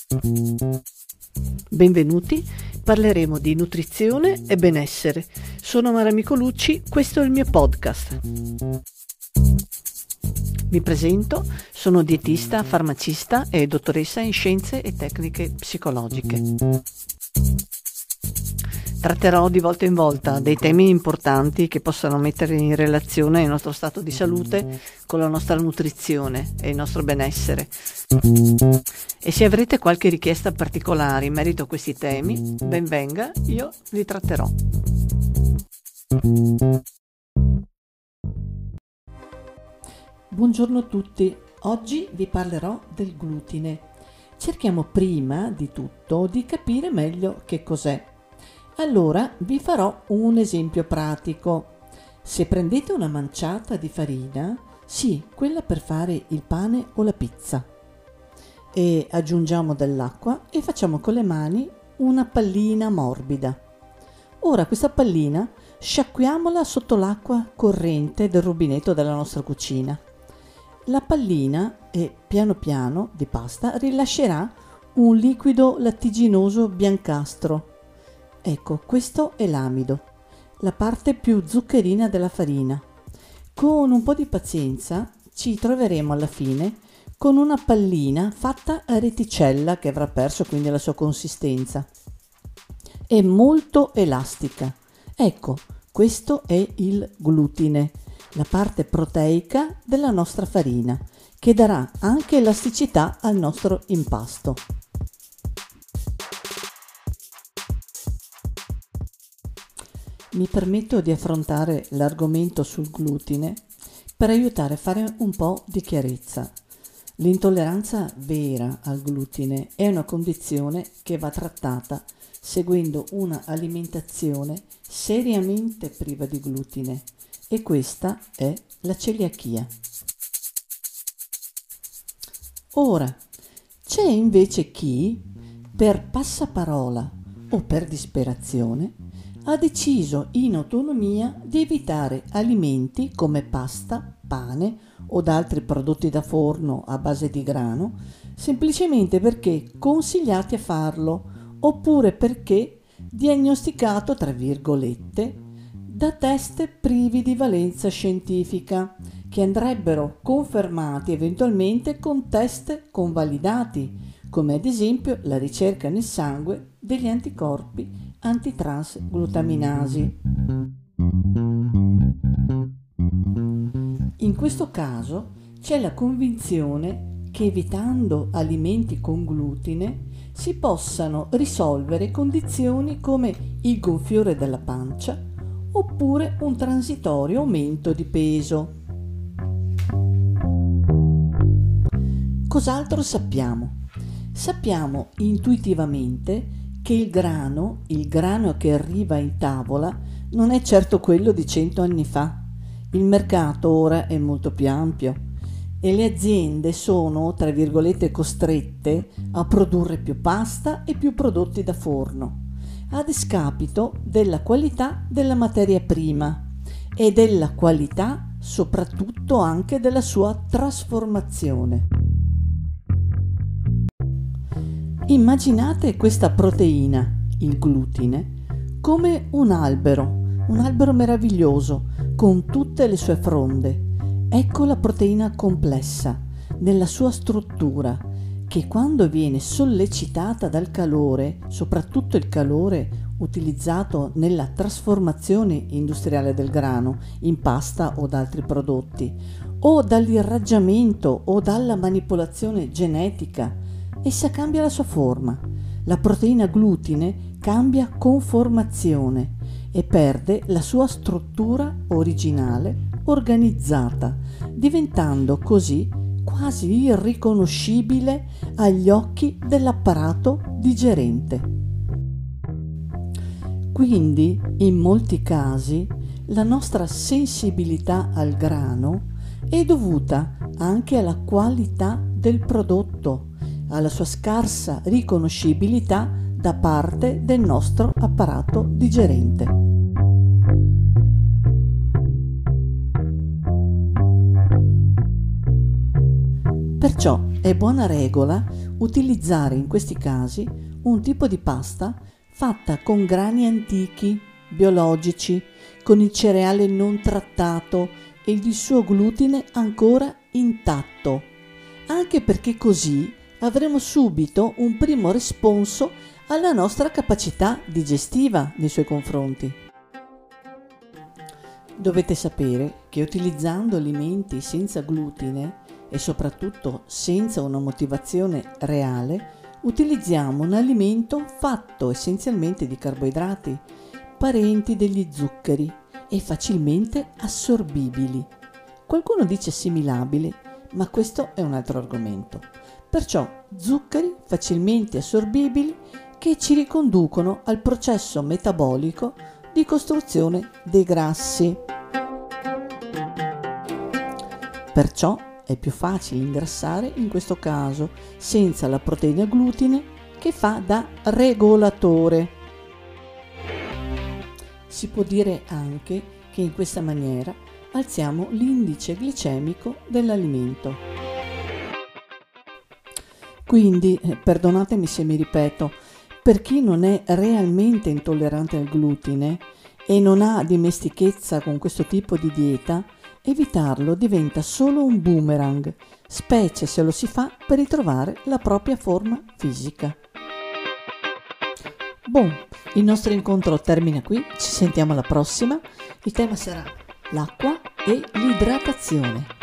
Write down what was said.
Benvenuti, parleremo di nutrizione e benessere. Sono Mara Micolucci, questo è il mio podcast. Mi presento, sono dietista, farmacista e dottoressa in scienze e tecniche psicologiche. Tratterò di volta in volta dei temi importanti che possano mettere in relazione il nostro stato di salute con la nostra nutrizione e il nostro benessere. E se avrete qualche richiesta particolare in merito a questi temi, ben venga, io li tratterò. Buongiorno a tutti, oggi vi parlerò del glutine. Cerchiamo prima di tutto di capire meglio che cos'è. Allora vi farò un esempio pratico. Se prendete una manciata di farina, sì, quella per fare il pane o la pizza, e aggiungiamo dell'acqua e facciamo con le mani una pallina morbida. Ora questa pallina sciacquiamola sotto l'acqua corrente del rubinetto della nostra cucina. La pallina piano piano di pasta rilascerà un liquido lattiginoso biancastro. Ecco, questo è l'amido, la parte più zuccherina della farina. Con un po' di pazienza ci troveremo alla fine con una pallina fatta a reticella, che avrà perso quindi la sua consistenza. È molto elastica. Ecco, questo è il glutine, la parte proteica della nostra farina, che darà anche elasticità al nostro impasto. Mi permetto di affrontare l'argomento sul glutine per aiutare a fare un po' di chiarezza. L'intolleranza vera al glutine è una condizione che va trattata seguendo una alimentazione seriamente priva di glutine, e questa è la celiachia. Ora, c'è invece chi, per passaparola o per disperazione, ha deciso in autonomia di evitare alimenti come pasta, pane o altri prodotti da forno a base di grano, semplicemente perché consigliati a farlo, oppure perché diagnosticato, tra virgolette, da test privi di valenza scientifica, che andrebbero confermati eventualmente con test convalidati, come ad esempio la ricerca nel sangue degli anticorpi antitransglutaminasi. In questo caso c'è la convinzione che evitando alimenti con glutine si possano risolvere condizioni come il gonfiore della pancia oppure un transitorio aumento di peso. Cos'altro sappiamo? Sappiamo intuitivamente che il grano che arriva in tavola non è certo quello di 100 anni fa. Il mercato ora è molto più ampio e le aziende sono, tra virgolette, costrette a produrre più pasta e più prodotti da forno, a discapito della qualità della materia prima e della qualità soprattutto anche della sua trasformazione. Immaginate questa proteina, il glutine, come un albero meraviglioso con tutte le sue fronde. Ecco la proteina complessa nella sua struttura, che quando viene sollecitata dal calore, soprattutto il calore utilizzato nella trasformazione industriale del grano in pasta o da altri prodotti, o dall'irraggiamento o dalla manipolazione genetica, essa cambia la sua forma. La proteina glutine cambia conformazione e perde la sua struttura originale organizzata, diventando così quasi irriconoscibile agli occhi dell'apparato digerente. Quindi, in molti casi, la nostra sensibilità al grano è dovuta anche alla qualità del prodotto, alla sua scarsa riconoscibilità da parte del nostro apparato digerente. Perciò è buona regola utilizzare in questi casi un tipo di pasta fatta con grani antichi, biologici, con il cereale non trattato e il suo glutine ancora intatto, anche perché così avremo subito un primo responso alla nostra capacità digestiva nei suoi confronti. Dovete sapere che utilizzando alimenti senza glutine e soprattutto senza una motivazione reale, utilizziamo un alimento fatto essenzialmente di carboidrati, parenti degli zuccheri e facilmente assorbibili. Qualcuno dice assimilabili, ma questo è un altro argomento. Perciò zuccheri facilmente assorbibili che ci riconducono al processo metabolico di costruzione dei grassi. Perciò è più facile ingrassare in questo caso senza la proteina glutine che fa da regolatore. Si può dire anche che in questa maniera alziamo l'indice glicemico dell'alimento. Quindi, perdonatemi se mi ripeto, per chi non è realmente intollerante al glutine e non ha dimestichezza con questo tipo di dieta, evitarlo diventa solo un boomerang, specie se lo si fa per ritrovare la propria forma fisica. Il nostro incontro termina qui, ci sentiamo alla prossima. Il tema sarà l'acqua e l'idratazione.